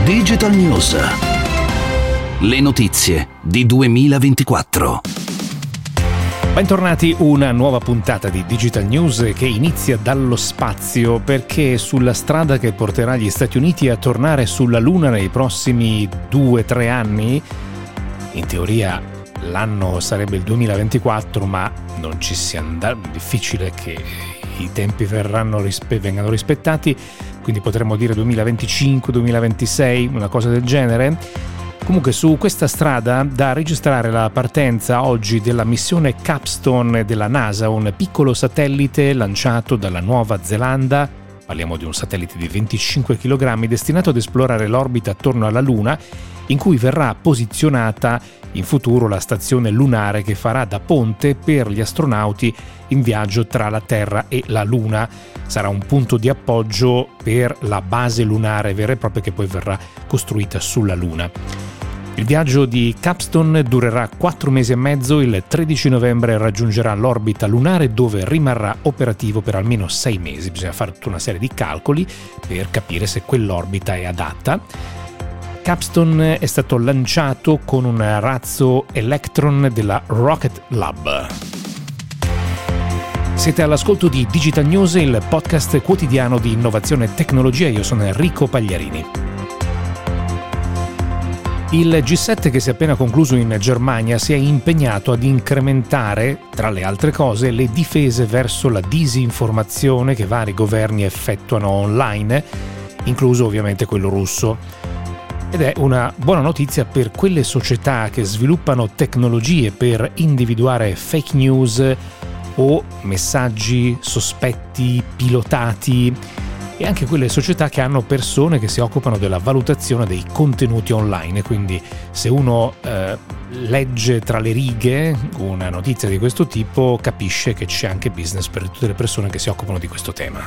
Digital News. Le notizie di 2024. Bentornati, una nuova puntata di Digital News che inizia dallo spazio, perché sulla strada che porterà gli Stati Uniti a tornare sulla Luna nei prossimi 2-3 anni, in teoria l'anno sarebbe il 2024, ma non ci si andrà, difficile che i tempi vengano rispettati, quindi potremmo dire 2025-2026, una cosa del genere. Comunque su questa strada da registrare la partenza oggi della missione Capstone della NASA, un piccolo satellite lanciato dalla Nuova Zelanda. Parliamo di un satellite di 25 kg destinato ad esplorare l'orbita attorno alla Luna, in cui verrà posizionata in futuro la stazione lunare che farà da ponte per gli astronauti in viaggio tra la Terra e la Luna. Sarà un punto di appoggio per la base lunare vera e propria che poi verrà costruita sulla Luna. Il viaggio di Capstone durerà 4 mesi e mezzo. Il 13 novembre raggiungerà l'orbita lunare, dove rimarrà operativo per almeno 6 mesi. Bisogna fare tutta una serie di calcoli per capire se quell'orbita è adatta. Capstone è stato lanciato con un razzo Electron della Rocket Lab. Siete all'ascolto di Digital News, il podcast quotidiano di innovazione e tecnologia. Io sono Enrico Pagliarini. Il G7 che si è appena concluso in Germania si è impegnato ad incrementare, tra le altre cose, le difese verso la disinformazione che vari governi effettuano online, incluso ovviamente quello russo. Ed è una buona notizia per quelle società che sviluppano tecnologie per individuare fake news o messaggi sospetti pilotati, e anche quelle società che hanno persone che si occupano della valutazione dei contenuti online. Quindi se uno legge tra le righe una notizia di questo tipo, capisce che c'è anche business per tutte le persone che si occupano di questo tema.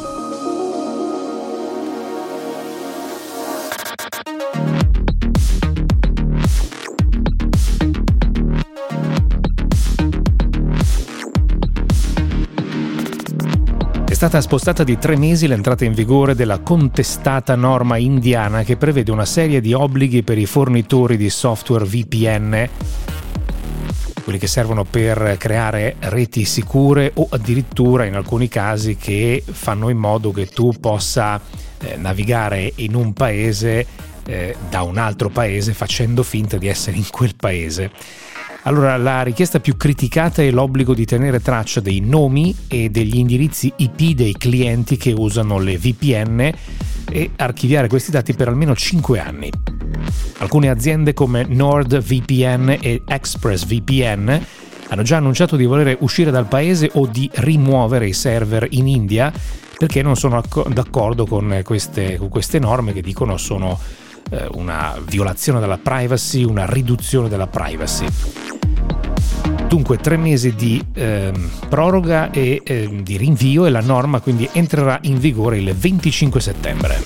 È stata spostata di 3 mesi l'entrata in vigore della contestata norma indiana che prevede una serie di obblighi per i fornitori di software VPN, quelli che servono per creare reti sicure o addirittura in alcuni casi che fanno in modo che tu possa navigare in un paese da un altro paese facendo finta di essere in quel paese. Allora, la richiesta più criticata è l'obbligo di tenere traccia dei nomi e degli indirizzi IP dei clienti che usano le VPN e archiviare questi dati per almeno 5 anni. Alcune aziende come NordVPN e ExpressVPN hanno già annunciato di volere uscire dal paese o di rimuovere i server in India perché non sono d'accordo con queste norme che dicono sono una violazione della privacy, una riduzione della privacy. Dunque 3 mesi di proroga e di rinvio, e la norma quindi entrerà in vigore il 25 settembre.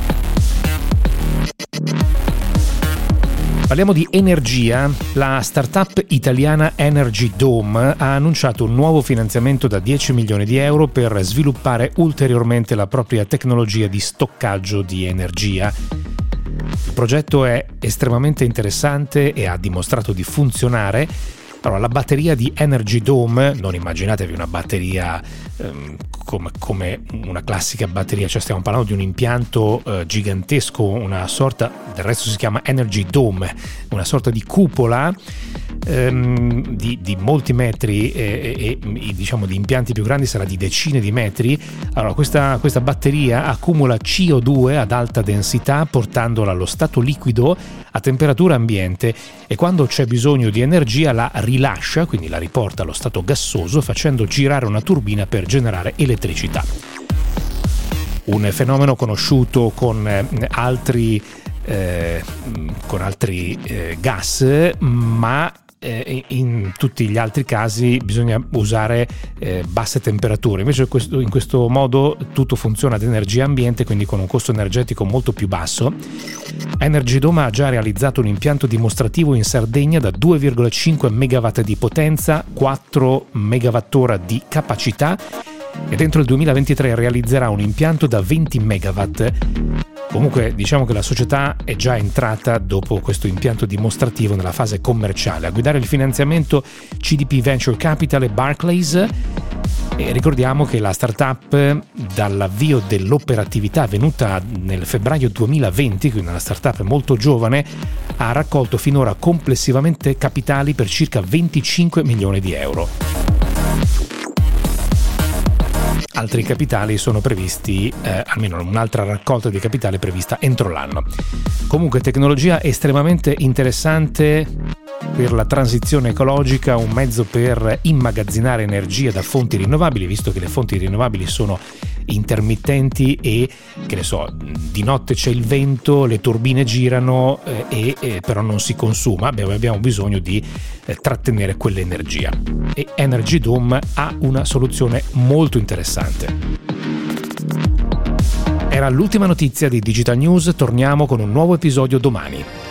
Parliamo di energia. La startup italiana Energy Dome ha annunciato un nuovo finanziamento da 10 milioni di euro per sviluppare ulteriormente la propria tecnologia di stoccaggio di energia. Il progetto è estremamente interessante e ha dimostrato di funzionare. Allora, la batteria di Energy Dome, non immaginatevi una batteria come una classica batteria, cioè stiamo parlando di un impianto gigantesco, una sorta, del resto si chiama Energy Dome, una sorta di cupola di molti metri e diciamo di impianti più grandi sarà di decine di metri. Allora, questa batteria accumula CO2 ad alta densità portandola allo stato liquido a temperatura ambiente, e quando c'è bisogno di energia la rilascia, quindi la riporta allo stato gassoso facendo girare una turbina per generare elettricità. Un fenomeno conosciuto con altri gas, ma in tutti gli altri casi bisogna usare basse temperature. Invece in questo modo tutto funziona ad energia ambiente, quindi con un costo energetico molto più basso. Energy Dome ha già realizzato un impianto dimostrativo in Sardegna da 2,5 MW di potenza, 4 MWh di capacità, e entro il 2023 realizzerà un impianto da 20 MW. Comunque diciamo che la società è già entrata dopo questo impianto dimostrativo nella fase commerciale. A guidare il finanziamento CDP Venture Capital e Barclays. E ricordiamo che la startup, dall'avvio dell'operatività avvenuta nel febbraio 2020, quindi una startup molto giovane, ha raccolto finora complessivamente capitali per circa 25 milioni di euro. Altri capitali sono previsti, almeno un'altra raccolta di capitale prevista entro l'anno. Comunque tecnologia estremamente interessante per la transizione ecologica, un mezzo per immagazzinare energia da fonti rinnovabili, visto che le fonti rinnovabili sono intermittenti e, che ne so, di notte c'è il vento, le turbine girano e però non si consuma, abbiamo bisogno di trattenere quell'energia. E Energy Dome ha una soluzione molto interessante. Era l'ultima notizia di Digital News, torniamo con un nuovo episodio domani.